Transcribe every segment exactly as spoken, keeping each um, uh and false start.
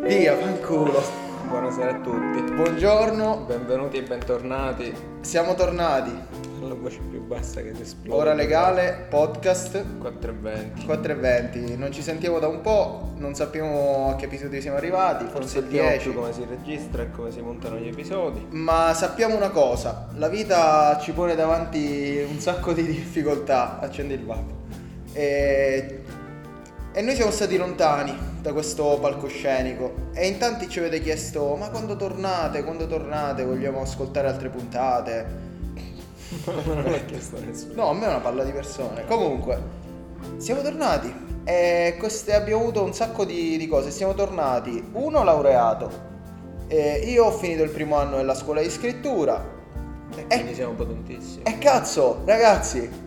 Via, fanculo. Buonasera a tutti. Buongiorno. Benvenuti e bentornati. Siamo tornati. La voce più bassa che ti esplode. Ora legale, podcast quattro e venti. quattro e venti. Non ci sentiamo da un po', non sappiamo a che episodio siamo arrivati, forse il Non sappiamo dieci. più come si registra e come si montano gli episodi. Ma sappiamo una cosa, la vita ci pone davanti un sacco di difficoltà. Accendi il vapo. E... e noi siamo stati lontani da questo palcoscenico e in tanti ci avete chiesto: ma quando tornate, quando tornate, vogliamo ascoltare altre puntate. Non l'ha chiesto nessuno. No, a me è una palla di persone. Comunque, siamo tornati e queste abbiamo avuto un sacco di, di cose. Siamo tornati, uno laureato, e io ho finito il primo anno della scuola di scrittura. E quindi siamo potentissimi. E cazzo, ragazzi,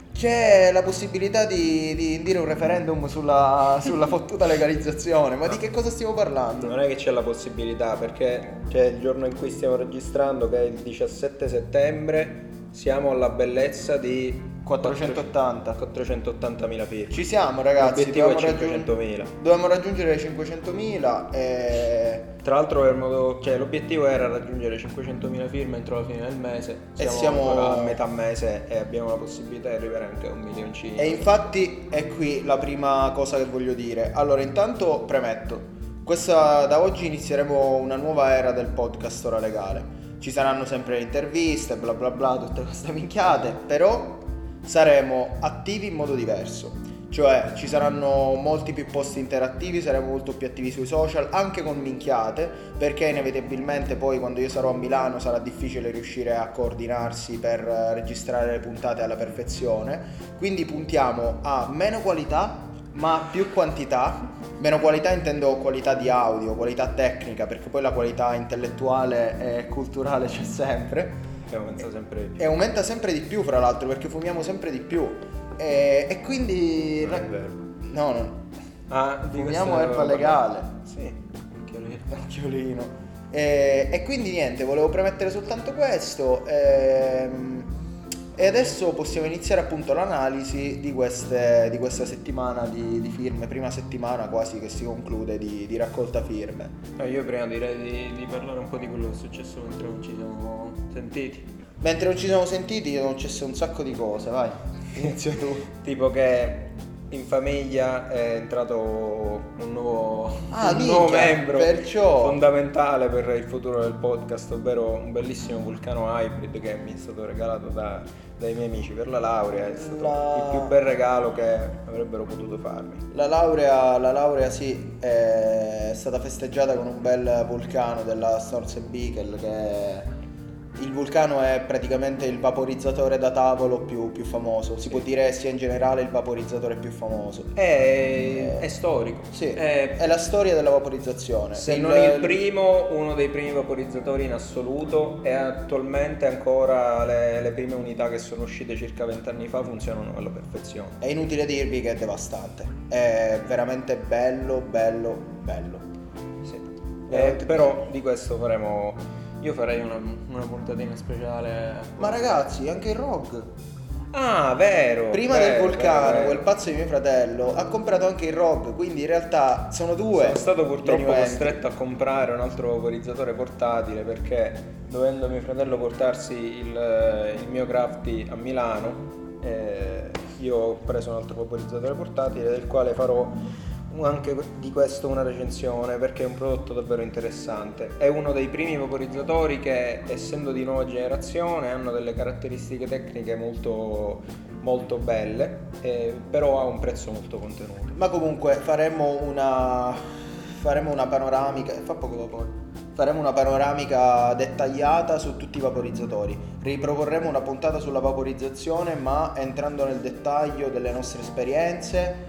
c'è la possibilità di, di indire un referendum sulla, sulla fottuta legalizzazione. Ma di che cosa stiamo parlando? Non è che c'è la possibilità, perché c'è il giorno in cui stiamo registrando, che è il diciassette settembre, siamo alla bellezza di quattrocentottanta. quattrocentottantamila firme. Ci siamo, ragazzi. L'obiettivo è dovevamo raggiung- cinquecentomila. Dovevamo raggiungere le cinquecentomila e... Tra l'altro avremmo- cioè, l'obiettivo era raggiungere cinquecentomila firme entro la fine del mese. E Siamo, siamo- ancora a metà mese e abbiamo la possibilità di arrivare anche a un milioncino. E infatti è qui la prima cosa che voglio dire. Allora, intanto premetto, questa, da oggi inizieremo una nuova era del podcast Ora Legale. Ci saranno sempre le interviste, bla bla bla, tutte queste minchiate, però saremo attivi in modo diverso. Cioè ci saranno molti più post interattivi, saremo molto più attivi sui social, anche con minchiate, perché inevitabilmente poi quando io sarò a Milano sarà difficile riuscire a coordinarsi per registrare le puntate alla perfezione. Quindi puntiamo a meno qualità ma più quantità. Meno qualità intendo qualità di audio, qualità tecnica, perché poi la qualità intellettuale e culturale c'è sempre. Che aumenta sempre di più. E aumenta sempre di più, fra l'altro, perché fumiamo sempre di più. E, e quindi... Non è vero. No, no. Ah, di Fumiamo questo erba avevo legale. parlato. Sì, anche Occhiolino. E, e quindi niente, volevo premettere soltanto questo. ehm, E adesso possiamo iniziare appunto l'analisi di, queste, di questa settimana di, di firme, prima settimana quasi che si conclude di, di raccolta firme. Ah, io prima direi di, di parlare un po' di quello che è successo mentre non ci siamo sentiti. Mentre non ci siamo sentiti non c'è un sacco di cose, vai, inizia tu. Tipo che in famiglia è entrato un nuovo, Ah, un minchia, nuovo membro perciò- fondamentale per il futuro del podcast, ovvero un bellissimo vulcano hybrid che mi è stato regalato da, dai miei amici per la laurea. È stato La- il più bel regalo che avrebbero potuto farmi. La laurea, la laurea sì, è stata festeggiata con un bel vulcano della Storz and Bickel, che il vulcano è praticamente il vaporizzatore da tavolo più, più famoso, si Sì. può dire sia in generale il vaporizzatore più famoso. È, è storico. Sì, È- è la storia della vaporizzazione. Se non il primo, uno dei primi vaporizzatori in assoluto, e attualmente ancora le, le prime unità che sono uscite circa vent'anni fa funzionano alla perfezione. È inutile dirvi che è devastante, è veramente bello, bello, bello. Sì. Eh, Veramente però di questo faremo. Io farei una, una puntatina speciale. Ma ragazzi, anche il R O G. Ah, vero! Prima vero, del vulcano, vero, vero. quel pazzo di mio fratello ha comprato anche il R O G, quindi in realtà sono due. Sono stato le purtroppo new entry. costretto a comprare un altro vaporizzatore portatile perché dovendo mio fratello portarsi il, il mio Crafty a Milano, eh, io ho preso un altro vaporizzatore portatile del quale farò anche di questo una recensione perché è un prodotto davvero interessante. È uno dei primi vaporizzatori che, essendo di nuova generazione, hanno delle caratteristiche tecniche molto, molto belle, eh, però ha un prezzo molto contenuto. Ma comunque faremo una faremo una panoramica, fa poco vapore. Faremo una panoramica dettagliata su tutti i vaporizzatori. Riproporremo una puntata sulla vaporizzazione, ma entrando nel dettaglio delle nostre esperienze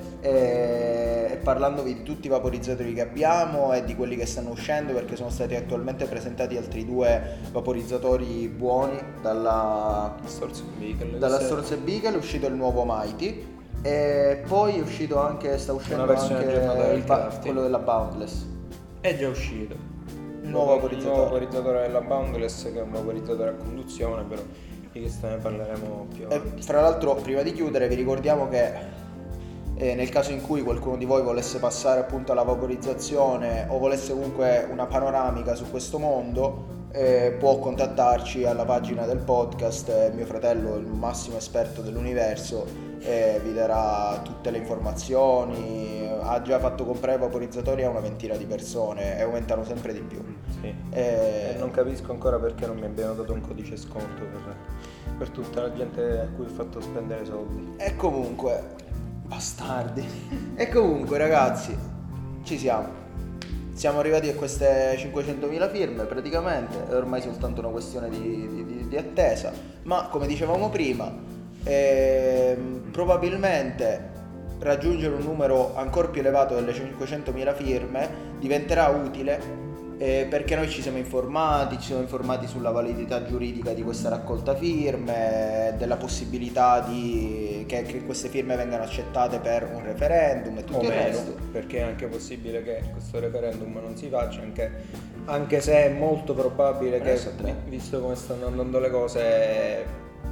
e, e parlandovi di tutti i vaporizzatori che abbiamo e di quelli che stanno uscendo, perché sono stati attualmente presentati altri due vaporizzatori buoni dalla Storz and Bickel, dalla che Storz and Bickel. È uscito il nuovo Mighty e poi è uscito anche sta uscendo Una versione anche aggiornata del il ba- Crafty. quello della Boundless, è già uscito. il nuovo Il nuovo vaporizzatore. vaporizzatore della Boundless, che è un vaporizzatore a conduzione, però di questo ne parleremo più E avanti. fra l'altro, prima di chiudere, vi ricordiamo che E nel caso in cui qualcuno di voi volesse passare appunto alla vaporizzazione o volesse comunque una panoramica su questo mondo, eh, può contattarci alla pagina del podcast. eh, mio fratello, il massimo esperto dell'universo, eh, vi darà tutte le informazioni. Ha già fatto comprare vaporizzatori a una ventina di persone e aumentano sempre di più. Sì. Eh, E non capisco ancora perché non mi abbiano dato un codice sconto per, per tutta la gente a cui ho fatto spendere soldi. E comunque, bastardi. E comunque, ragazzi, ci siamo. Siamo arrivati a queste cinquecentomila firme praticamente, è ormai soltanto una questione di, di, di attesa, ma come dicevamo prima, ehm, probabilmente raggiungere un numero ancora più elevato delle cinquecentomila firme diventerà utile, eh, perché noi ci siamo informati, ci siamo informati sulla validità giuridica di questa raccolta firme, della possibilità di che, che queste firme vengano accettate per un referendum e tutto O il meno, resto. perché è anche possibile che questo referendum non si faccia, anche, anche se è molto probabile che, Adesso tre. visto come stanno andando le cose,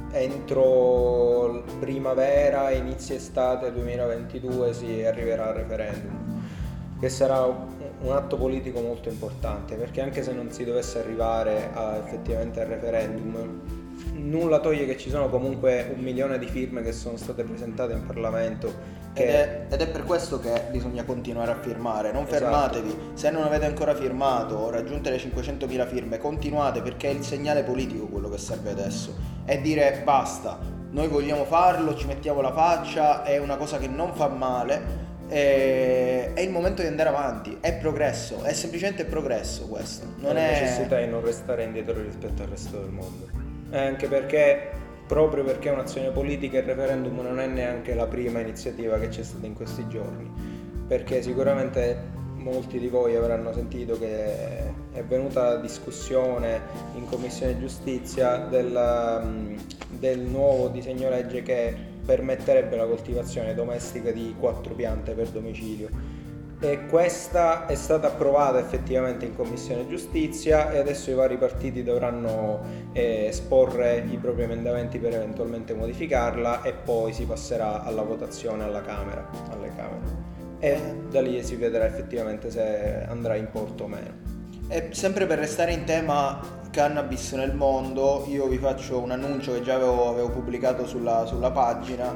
entro primavera, inizio estate duemilaventidue si arriverà al referendum, che sarà un atto politico molto importante, perché anche se non si dovesse arrivare a, effettivamente al referendum, nulla toglie che ci sono comunque un milione di firme che sono state presentate in Parlamento. Che Ed è, ed è per questo che bisogna continuare a firmare, non Esatto. fermatevi. Se non avete ancora firmato o raggiunte le cinquecentomila firme, continuate, perché è il segnale politico quello che serve adesso. È dire basta, noi vogliamo farlo, ci mettiamo la faccia, è una cosa che non fa male, è, è il momento di andare avanti, è progresso, è semplicemente progresso questo. Non la è necessità di non restare indietro rispetto al resto del mondo. E anche perché, proprio perché è un'azione politica, il referendum non è neanche la prima iniziativa che c'è stata in questi giorni, perché sicuramente molti di voi avranno sentito che è venuta la discussione in Commissione Giustizia del, del nuovo disegno legge che permetterebbe la coltivazione domestica di quattro piante per domicilio. E questa è stata approvata effettivamente in Commissione Giustizia e adesso i vari partiti dovranno eh, esporre i propri emendamenti per eventualmente modificarla e poi si passerà alla votazione alla Camera, alle Camere. E da lì si vedrà effettivamente se andrà in porto o meno. E sempre per restare in tema cannabis nel mondo, io vi faccio un annuncio che già avevo, avevo pubblicato sulla, sulla pagina.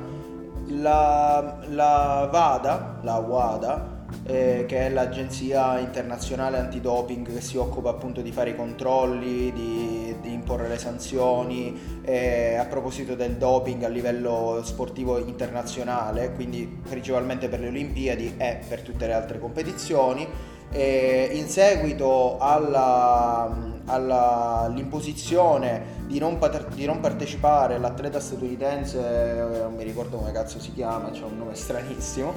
La, la VADA, la WADA, eh, che è l'agenzia internazionale antidoping che si occupa appunto di fare i controlli, di, di imporre le sanzioni, eh, a proposito del doping a livello sportivo internazionale, quindi principalmente per le Olimpiadi e per tutte le altre competizioni. E in seguito alla, alla, all'imposizione di non, pat- di non partecipare all'atleta statunitense, non mi ricordo come cazzo si chiama, c'ha un nome stranissimo,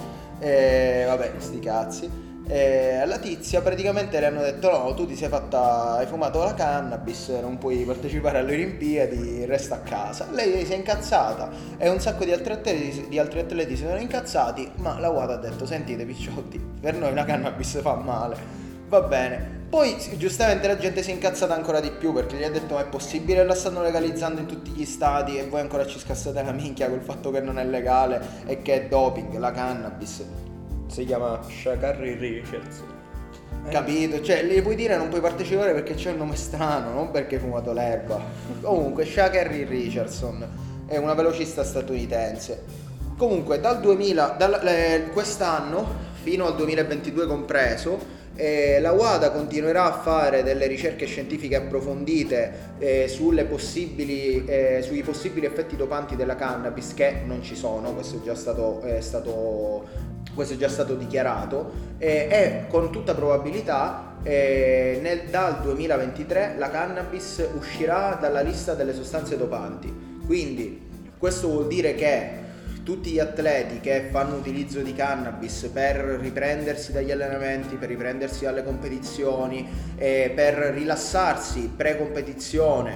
e vabbè, sti cazzi, e alla tizia praticamente le hanno detto no, tu ti sei fatta, hai fumato la cannabis, non puoi partecipare alle Olimpiadi, resta a casa. Lei si è incazzata e un sacco di altri atleti, di altri atleti si sono incazzati, ma la WADA ha detto sentite picciotti, per noi la cannabis fa male, va bene. Poi giustamente la gente si è incazzata ancora di più, perché gli ha detto ma è possibile, la stanno legalizzando in tutti gli stati e voi ancora ci scassate la minchia col fatto che non è legale e che è doping, la cannabis. Si chiama Sha'Carri Richards. Capito? Cioè, gli puoi dire non puoi partecipare perché c'è un nome strano, non perché hai fumato l'erba. Comunque, Sha'Carri Richardson è una velocista statunitense. Comunque, dal duemila, dal, eh, quest'anno fino al duemilaventidue compreso, eh, la WADA continuerà a fare delle ricerche scientifiche approfondite eh, sulle possibili, eh, sui possibili effetti dopanti della cannabis, che non ci sono, questo è già stato, è stato questo è già stato dichiarato, eh, e con tutta probabilità eh, nel, dal duemilaventitré la cannabis uscirà dalla lista delle sostanze dopanti. Quindi questo vuol dire che tutti gli atleti che fanno utilizzo di cannabis per riprendersi dagli allenamenti, per riprendersi dalle competizioni, eh, per rilassarsi pre-competizione,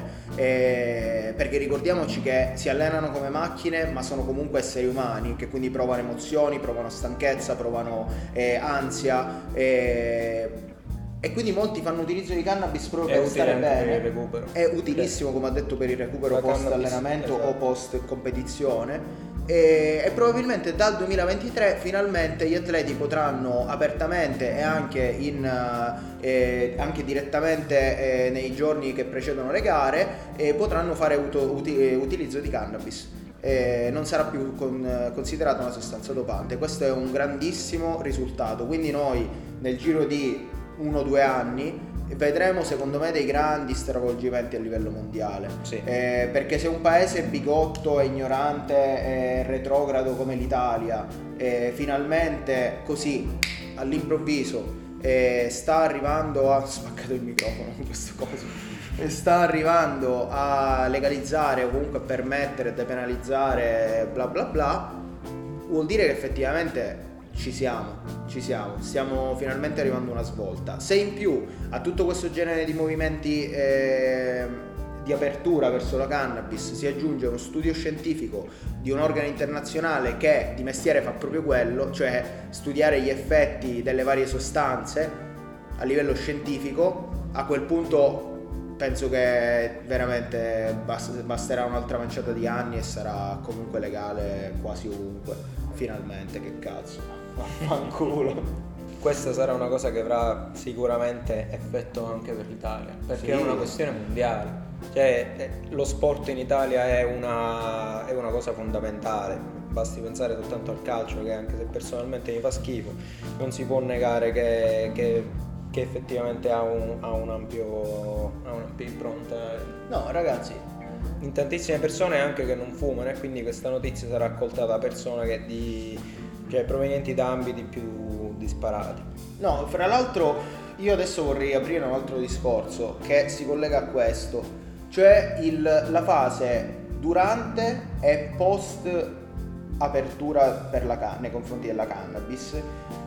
eh, perché ricordiamoci che si allenano come macchine ma sono comunque esseri umani, che quindi provano emozioni, provano stanchezza, provano eh, ansia, eh, e quindi molti fanno utilizzo di cannabis proprio È per utile stare anche bene. per il recupero. È utilissimo, come ha detto, per il recupero La post cannabis, allenamento esatto. o post competizione. e, e probabilmente dal duemilaventitré finalmente gli atleti potranno apertamente e anche, in, eh, anche direttamente eh, nei giorni che precedono le gare eh, potranno fare uto, uti, utilizzo di cannabis. Eh, non sarà più con, considerata una sostanza dopante. Questo è un grandissimo risultato, quindi noi nel giro di uno o due anni vedremo secondo me dei grandi stravolgimenti a livello mondiale, sì. eh, perché se un paese bigotto e ignorante e retrogrado come l'Italia eh, finalmente così all'improvviso eh, sta arrivando a... ho spaccato il microfono con questo coso sta arrivando a legalizzare o comunque a permettere e depenalizzare bla bla bla, vuol dire che effettivamente ci siamo, ci siamo, stiamo finalmente arrivando a una svolta. Se in più a tutto questo genere di movimenti eh, di apertura verso la cannabis si aggiunge uno studio scientifico di un organo internazionale che di mestiere fa proprio quello, cioè studiare gli effetti delle varie sostanze a livello scientifico, a quel punto penso che veramente basterà un'altra manciata di anni e sarà comunque legale quasi ovunque. Finalmente, che cazzo, vaffanculo. Questa sarà una cosa che avrà sicuramente effetto anche per l'Italia, perché sì, è una questione mondiale. Cioè, lo sport in Italia è una, è una cosa fondamentale. Basti pensare soltanto al calcio, che anche se personalmente mi fa schifo, non si può negare che, che che effettivamente ha un, ha un ampio ha un'ampia impronta. No, ragazzi, in tantissime persone anche che non fumano, e quindi questa notizia sarà accolta da persone che di, cioè, provenienti da ambiti più disparati. No, fra l'altro io adesso vorrei aprire un altro discorso che si collega a questo, cioè il, la fase durante e post apertura per la can- nei confronti della cannabis.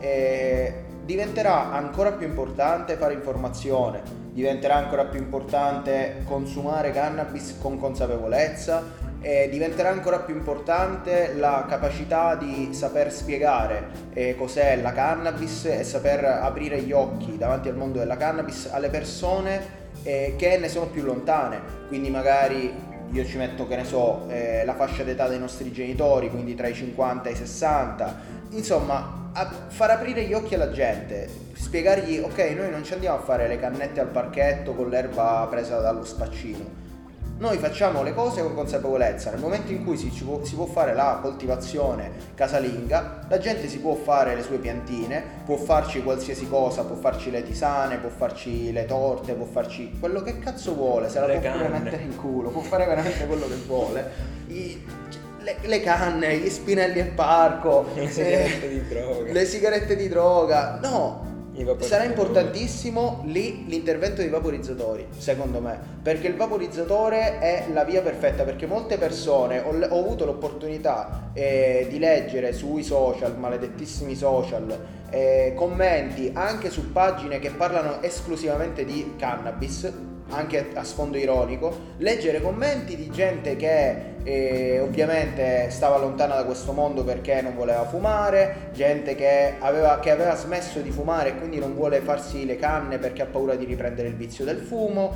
E diventerà ancora più importante fare informazione, diventerà ancora più importante consumare cannabis con consapevolezza e diventerà ancora più importante la capacità di saper spiegare eh, cos'è la cannabis e saper aprire gli occhi davanti al mondo della cannabis alle persone eh, che ne sono più lontane, quindi magari io ci metto, che ne so, eh, la fascia d'età dei nostri genitori, quindi tra i cinquanta e i sessanta, insomma a far aprire gli occhi alla gente, spiegargli ok, noi non ci andiamo a fare le cannette al parchetto con l'erba presa dallo spaccino, noi facciamo le cose con consapevolezza. Nel momento in cui si, ci può, si può fare la coltivazione casalinga, la gente si può fare le sue piantine, può farci qualsiasi cosa, può farci le tisane, può farci le torte, può farci quello che cazzo vuole, se la le può pure mettere in culo, può fare veramente quello che vuole. I, Le, le canne, gli spinelli al parco, le sigarette eh, di droga, le sigarette di droga, no, sarà importantissimo lì l'intervento dei vaporizzatori, secondo me, perché il vaporizzatore è la via perfetta, perché molte persone, ho, ho avuto l'opportunità eh, di leggere sui social, maledettissimi social, eh, commenti anche su pagine che parlano esclusivamente di cannabis, anche a sfondo ironico, leggere commenti di gente che eh, ovviamente stava lontana da questo mondo perché non voleva fumare, gente che aveva, che aveva smesso di fumare e quindi non vuole farsi le canne perché ha paura di riprendere il vizio del fumo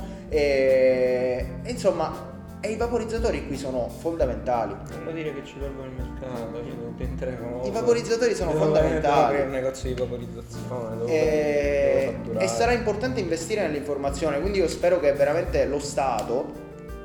e, e insomma, e i vaporizzatori qui sono fondamentali. Non vuol dire che ci tolgono il mercato, io devo entrare famoso. I vaporizzatori sono devo fondamentali. Devo un negozio di vaporizzazione, devo e... devo e sarà importante investire nell'informazione, quindi io spero che veramente lo Stato...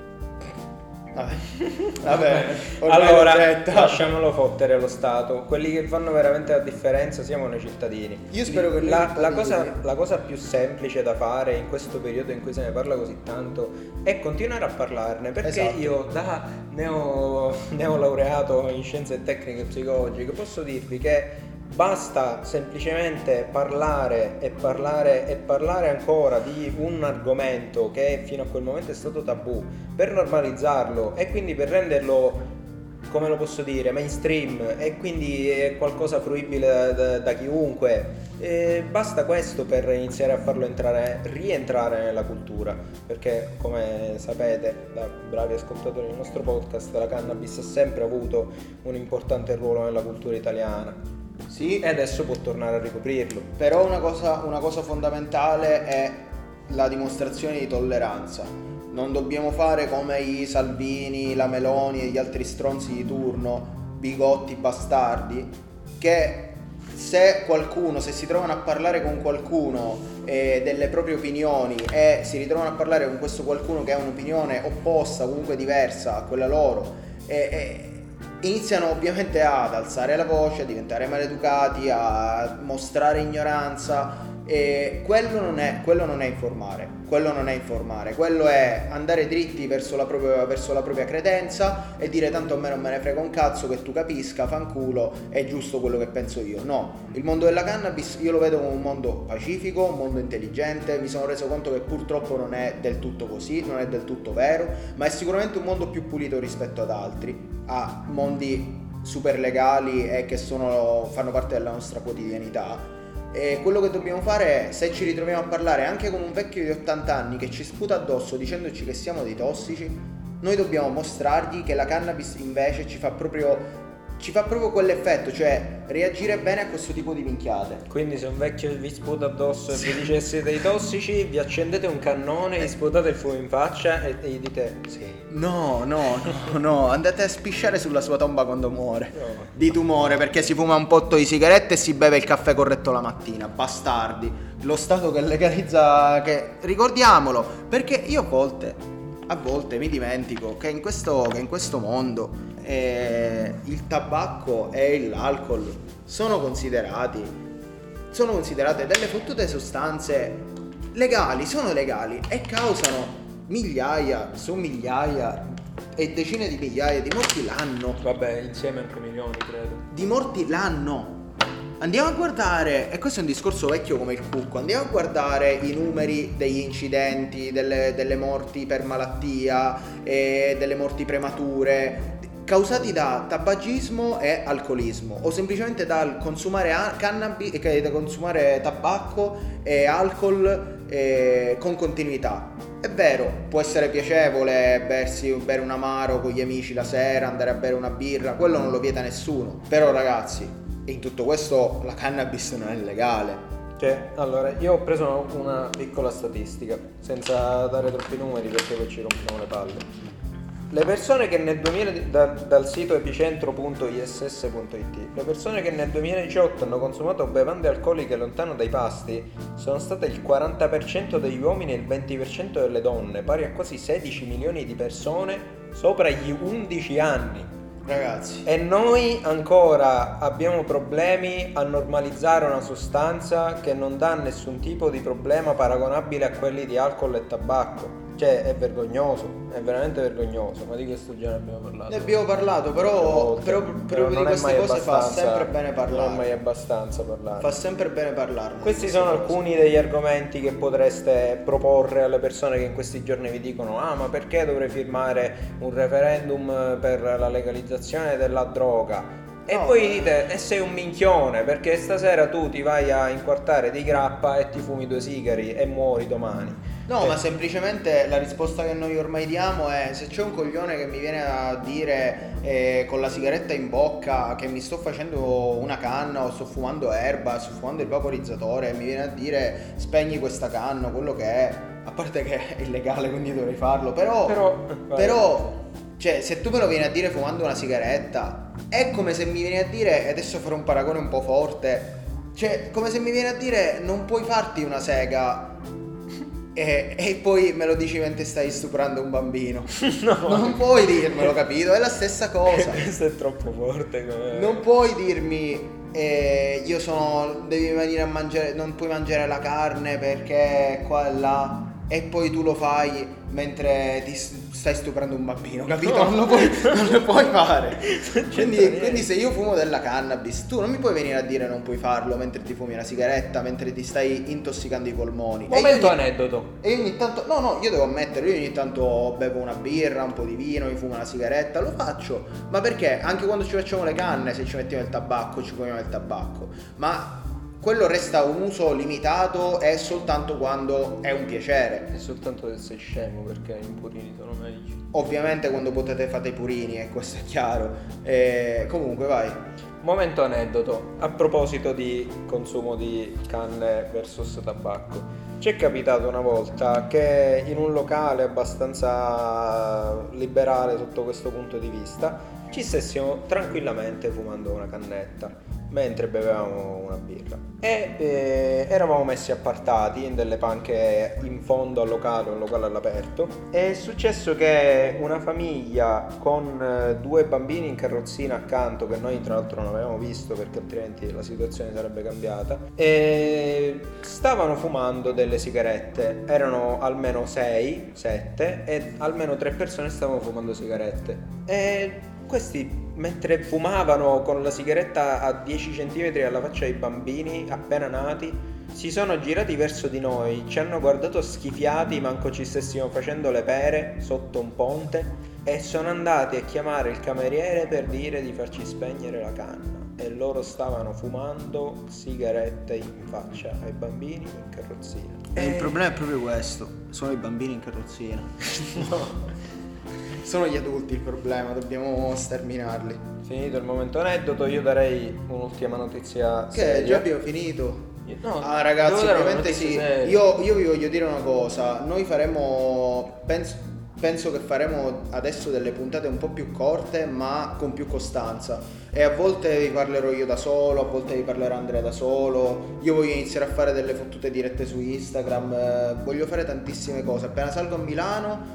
Vabbè, Vabbè allora lasciamolo fottere lo Stato, quelli che fanno veramente la differenza siamo noi cittadini. Io spero che la, la, cosa, la cosa più semplice da fare in questo periodo in cui se ne parla così tanto è continuare a parlarne, perché esatto. Io da neo, neolaureato in scienze tecniche e psicologiche posso dirvi che basta semplicemente parlare e parlare e parlare ancora di un argomento che fino a quel momento è stato tabù, per normalizzarlo e quindi per renderlo, come lo posso dire, mainstream, e quindi è qualcosa fruibile da, da, da chiunque. E basta questo per iniziare a farlo entrare, rientrare nella cultura, perché come sapete da bravi ascoltatori del nostro podcast, la cannabis ha sempre avuto un importante ruolo nella cultura italiana. Sì, e adesso può tornare a ricoprirlo. Però una cosa, una cosa fondamentale è la dimostrazione di tolleranza. Non dobbiamo fare come i Salvini, la Meloni e gli altri stronzi di turno, bigotti bastardi che se qualcuno, se si trovano a parlare con qualcuno eh, delle proprie opinioni e si ritrovano a parlare con questo qualcuno che ha un'opinione opposta, comunque diversa a quella loro, e, e iniziano ovviamente ad alzare la voce, a diventare maleducati, a mostrare ignoranza. E quello non è, quello non è informare, quello non è informare, quello è andare dritti verso la propria, verso la propria credenza e dire tanto a me non me ne frega un cazzo che tu capisca, fanculo, è giusto quello che penso io. No, il mondo della cannabis io lo vedo come un mondo pacifico, un mondo intelligente, mi sono reso conto che purtroppo non è del tutto così, non è del tutto vero, ma è sicuramente un mondo più pulito rispetto ad altri, a mondi super legali e che sono, fanno parte della nostra quotidianità. E quello che dobbiamo fare è, se ci ritroviamo a parlare anche con un vecchio di ottanta anni che ci sputa addosso dicendoci che siamo dei tossici, noi dobbiamo mostrargli che la cannabis invece ci fa proprio ci fa proprio quell'effetto, cioè reagire bene a questo tipo di minchiate. Quindi se un vecchio vi sputa addosso e vi dice che siete dei tossici, vi accendete un cannone, gli sputate il fumo in faccia e, e gli dite sì. No, no, no, no, andate a spisciare sulla sua tomba quando muore No. di tumore perché si fuma un potto di sigarette e si beve il caffè corretto la mattina. Bastardi, lo Stato che legalizza, che ricordiamolo, perché io a volte a volte mi dimentico che in questo, che in questo mondo eh, il tabacco e l'alcol sono considerati sono considerate delle fottute sostanze legali, sono legali e causano migliaia su migliaia e decine di migliaia di morti l'anno. Vabbè, insieme anche milioni, credo. Di morti l'anno. Andiamo a guardare, e questo è un discorso vecchio come il cucco, andiamo a guardare i numeri degli incidenti, delle, delle morti per malattia, e delle morti premature, causati da tabagismo e alcolismo, o semplicemente dal consumare cannabis, da consumare tabacco e alcol eh, con continuità. È vero, può essere piacevole bersi, bere un amaro con gli amici la sera, andare a bere una birra, quello non lo vieta nessuno, però ragazzi, in tutto questo la cannabis non è legale. Cioè, allora, io ho preso una piccola statistica, senza dare troppi numeri perché poi ci rompiamo le palle. Le persone che nel duemila, da, dal sito epicentro punto i s s punto i t, le persone che nel duemiladiciotto hanno consumato bevande alcoliche lontano dai pasti sono state il quaranta per cento degli uomini e il venti per cento delle donne, pari a quasi sedici milioni di persone sopra gli undici anni. Ragazzi, E noi ancora abbiamo problemi a normalizzare una sostanza che non dà nessun tipo di problema paragonabile a quelli di alcol e tabacco. Cioè, è vergognoso, è veramente vergognoso, ma di questo già ne abbiamo parlato. ne abbiamo parlato, però, però, Però proprio di non è queste mai cose fa abbastanza- sempre bene parlare. Non è mai abbastanza parlare. Fa sempre bene parlarne. Questi di sono queste cose. alcuni degli argomenti che potreste proporre alle persone che in questi giorni vi dicono: ah, ma perché dovrei firmare un referendum per la legalizzazione della droga? E No, poi ma- dite: e sei un minchione, perché stasera tu ti vai a inquartare di grappa e ti fumi due sigari e muori domani. No, Eh, ma semplicemente la risposta che noi ormai diamo è: se c'è un coglione che mi viene a dire eh, con la sigaretta in bocca che mi sto facendo una canna o sto fumando erba, sto fumando il vaporizzatore, e mi viene a dire spegni questa canna, quello che è, a parte che è illegale quindi dovrei farlo, però Però, vai. però cioè, se tu me lo vieni a dire fumando una sigaretta, è come se mi vieni a dire, e adesso farò un paragone un po' forte, cioè come se mi vieni a dire non puoi farti una sega e, e poi me lo dici mentre stai stuprando un bambino. No. Non puoi dirmelo, capito? È la stessa cosa. Questo è troppo forte come... Non puoi dirmi eh, io sono, devi venire a mangiare, non puoi mangiare la carne perché qua e là, e poi tu lo fai mentre ti s- stai stuprando un bambino, capito? No. Non lo puoi, non lo puoi fare. c'entra Quindi, niente. quindi se io fumo della cannabis, tu non mi puoi venire a dire non puoi farlo mentre ti fumi una sigaretta, mentre ti stai intossicando i polmoni. E io Momento ogni- aneddoto. e io ogni tanto, no no, io devo ammettere, io ogni tanto bevo una birra, un po' di vino, mi fumo una sigaretta, lo faccio. Ma perché? Anche quando ci facciamo le canne, se ci mettiamo il tabacco, ci fumiamo il tabacco. Ma quello resta un uso limitato e soltanto quando è un piacere. È soltanto se sei scemo, perché i purini sono meglio. Ovviamente quando potete fate i purini, e questo è chiaro. E comunque vai. Momento aneddoto. A proposito di consumo di canne versus tabacco, ci è capitato una volta che in un locale abbastanza liberale sotto questo punto di vista ci stessimo tranquillamente fumando una cannetta mentre bevevamo una birra e eh, eravamo messi appartati in delle panche in fondo al locale, un locale all'aperto. È successo che una famiglia con eh, due bambini in carrozzina accanto, che noi tra l'altro non avevamo visto perché altrimenti la situazione sarebbe cambiata, e stavano fumando delle sigarette. Erano almeno sei, sette e almeno tre persone stavano fumando sigarette e questi, mentre fumavano con la sigaretta a dieci centimetri dalla faccia dei bambini appena nati, si sono girati verso di noi, ci hanno guardato schifiati manco ci stessimo facendo le pere sotto un ponte, e sono andati a chiamare il cameriere per dire di farci spegnere la canna, e loro stavano fumando sigarette in faccia ai bambini in carrozzina. E e il problema è proprio questo, sono i bambini in carrozzina. no. Sono gli adulti il problema, dobbiamo sterminarli. Finito il momento aneddoto, io darei un'ultima notizia Che seria. già abbiamo finito? No, Ah ragazzi, devo dare una ovviamente notizia sì. seria. Io, io vi voglio dire una cosa. Noi faremo, penso, penso che faremo adesso delle puntate un po' più corte ma con più costanza. E a volte vi parlerò io da solo, a volte vi parlerà Andrea da solo. Io voglio iniziare a fare delle fottute dirette su Instagram. eh, Voglio fare tantissime cose. Appena salgo a Milano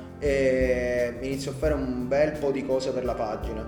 e inizio a fare un bel po' di cose per la pagina.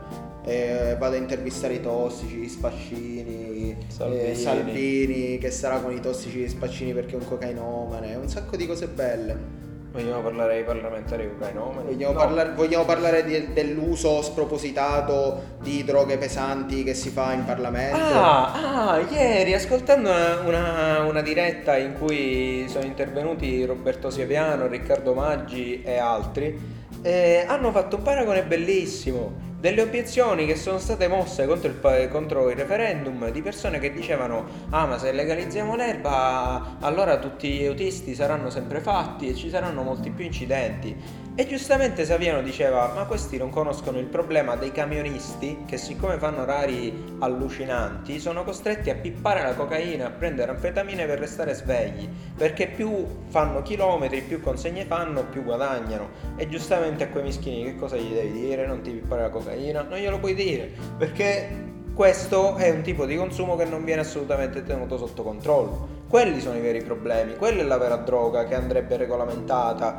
E vado a intervistare i tossici, gli Spascini, Salvini. eh, Salvini che sarà con i tossici e gli Spascini perché è un cocainomane, un sacco di cose belle. Vogliamo parlare dei parlamentari cocainomani? Vogliamo, No. parlare, vogliamo parlare di- dell'uso spropositato di droghe pesanti che si fa in Parlamento? Ah, ah, ieri ascoltando una, una, una diretta in cui sono intervenuti Roberto Sieviano, Riccardo Maggi e altri, eh, hanno fatto un paragone bellissimo. Delle obiezioni che sono state mosse contro il, pa- contro il referendum di persone che dicevano: ah, ma se legalizziamo l'erba allora tutti gli autisti saranno sempre fatti e ci saranno molti più incidenti. E giustamente Saviano diceva: ma questi non conoscono il problema dei camionisti che, siccome fanno orari allucinanti, sono costretti a pippare la cocaina, a prendere anfetamine per restare svegli, perché più fanno chilometri, più consegne fanno, più guadagnano. E giustamente a quei mischini che cosa gli devi dire? Non ti pippare la cocaina? Non glielo puoi dire, perché questo è un tipo di consumo che non viene assolutamente tenuto sotto controllo. Quelli sono i veri problemi, quella è la vera droga che andrebbe regolamentata.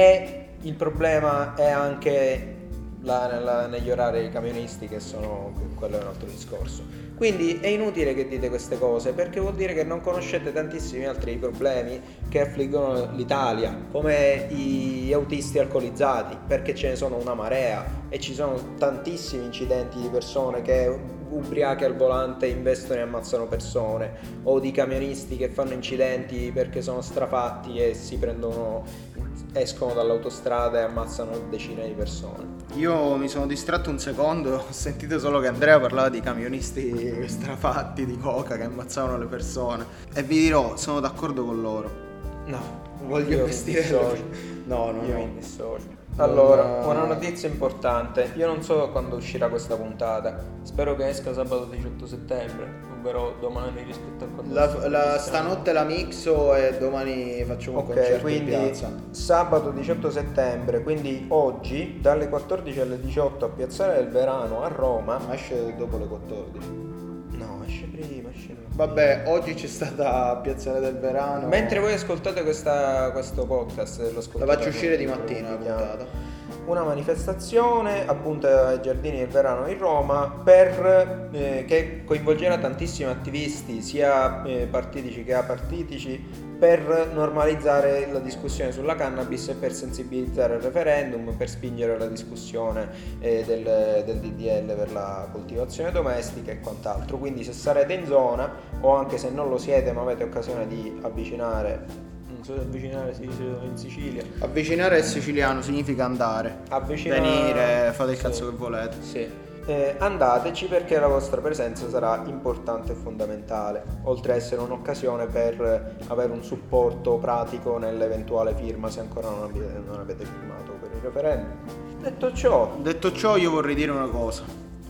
E il problema è anche la, nella, negli orari dei camionisti, che sono, quello è un altro discorso. Quindi è inutile che dite queste cose, perché vuol dire che non conoscete tantissimi altri problemi che affliggono l'Italia, come gli autisti alcolizzati, perché ce ne sono una marea e ci sono tantissimi incidenti di persone che ubriache al volante investono e ammazzano persone, o di camionisti che fanno incidenti perché sono strafatti e si prendono, escono dall'autostrada e ammazzano decine di persone. Io mi sono distratto un secondo, ho sentito solo che Andrea parlava di camionisti strafatti di coca che ammazzavano le persone, e vi dirò, sono d'accordo con loro. No, Voglio io investire mi dissocio. No, no, Io no. mi dissocio. Allora, Non- una notizia importante. Io non so quando uscirà questa puntata. Spero che esca sabato diciotto settembre, ovvero domani rispetto a quando La, sto la- registrando. stanotte la mixo e domani facciamo un Ok, concerto quindi in piazza. sabato diciotto settembre, quindi oggi dalle quattordici alle diciotto a Piazzale del Verano a Roma. Ma esce dopo le quattordici. No, esce prima, esce prima. Vabbè, oggi c'è stata a Piazzale del Verano. Mentre voi ascoltate questa, questo podcast, lo La ascoltate faccio uscire di con- mattina la con- puntata. Una manifestazione appunto ai Giardini del Verano in Roma, per, eh, che coinvolgerà tantissimi attivisti, sia eh, partitici che apartitici, per normalizzare la discussione sulla cannabis e per sensibilizzare il referendum, per spingere la discussione eh, del, del D D L per la coltivazione domestica e quant'altro. Quindi se sarete in zona, o anche se non lo siete ma avete occasione di avvicinare, non so se avvicinare si dice in Sicilia, Avvicinare il siciliano significa andare. avvicinare, Venire, fate il sì. cazzo che volete. Sì. Eh, andateci, perché la vostra presenza sarà importante e fondamentale, oltre a essere un'occasione per avere un supporto pratico nell'eventuale firma, se ancora non avete, non avete firmato per il referendum. Detto ciò, Detto ciò, io vorrei dire una cosa.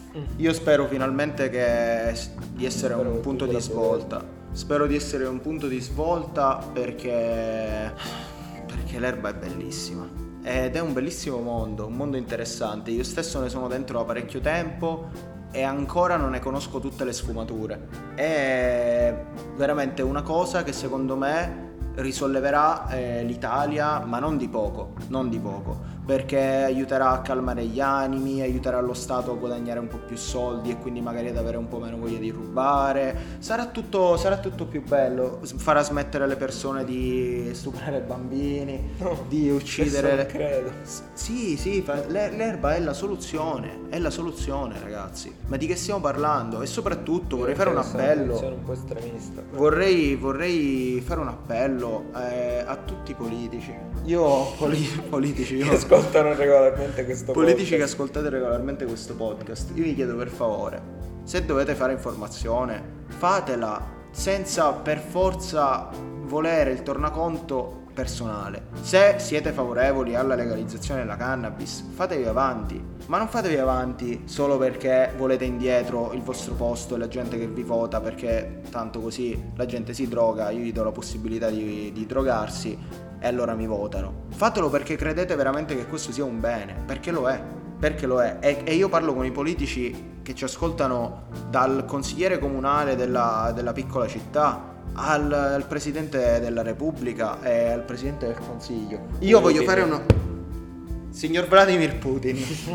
Io spero finalmente che di essere Spero un che punto tu di te la svolta. Spero di essere un punto di svolta perché perché l'erba è bellissima. ed è un bellissimo mondo, un mondo interessante. Io stesso ne sono dentro da parecchio tempo e ancora non ne conosco tutte le sfumature. È veramente una cosa che secondo me risolleverà eh, l'Italia, ma non di poco, non di poco, perché aiuterà a calmare gli animi, aiuterà lo Stato a guadagnare un po' più soldi e quindi magari ad avere un po' meno voglia di rubare. Sarà tutto, sarà tutto più bello, farà smettere le persone di stuprare bambini, No, di uccidere. questo non credo. Sì, sì, fa- l'e- l'erba è la soluzione, è la soluzione, ragazzi. Ma di che stiamo parlando? E soprattutto vorrei fare un Questa è una appello. posizione un po' estremista. Vorrei, vorrei fare un appello eh, a tutti i politici. Io, poli- politici, Che io, ascoltano regolarmente questo politici che podcast. ascoltate regolarmente questo podcast, io vi chiedo per favore, se dovete fare informazione, fatela senza per forza volere il tornaconto personale. Se siete favorevoli alla legalizzazione della cannabis, fatevi avanti, ma non fatevi avanti solo perché volete indietro il vostro posto e la gente che vi vota, perché tanto così la gente si droga, io gli do la possibilità di, di drogarsi e allora mi votano. Fatelo perché credete veramente che questo sia un bene, perché lo è, perché lo è. E, e io parlo con i politici che ci ascoltano, dal consigliere comunale della, della piccola città al, al presidente della Repubblica e al presidente del Consiglio. Io voglio fare uno... Signor Vladimir Putin,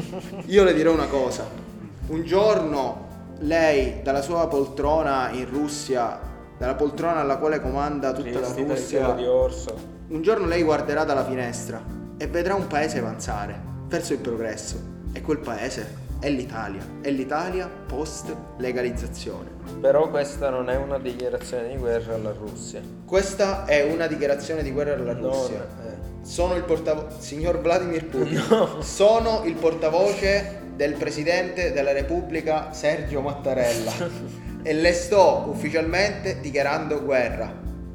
io le dirò una cosa. Un giorno lei dalla sua poltrona in Russia, dalla poltrona alla quale comanda tutta la Rivestita di Russia, pelo di orso. un giorno lei guarderà dalla finestra e vedrà un paese avanzare verso il progresso, e quel paese è l'Italia, è l'Italia post legalizzazione. Però questa non è una dichiarazione di guerra alla Russia. Questa è una dichiarazione di guerra alla Russia. Non, eh. Sono il portavoce, signor Vladimir Putin, sono il portavoce del presidente della Repubblica Sergio Mattarella e le sto ufficialmente dichiarando guerra.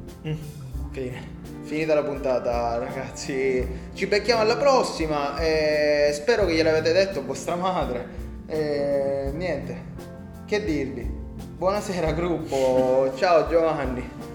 Fine. Finita la puntata, ragazzi, ci becchiamo alla prossima e spero che gliel'avete detto a vostra madre e niente, che dirvi, buonasera gruppo, ciao Giovanni.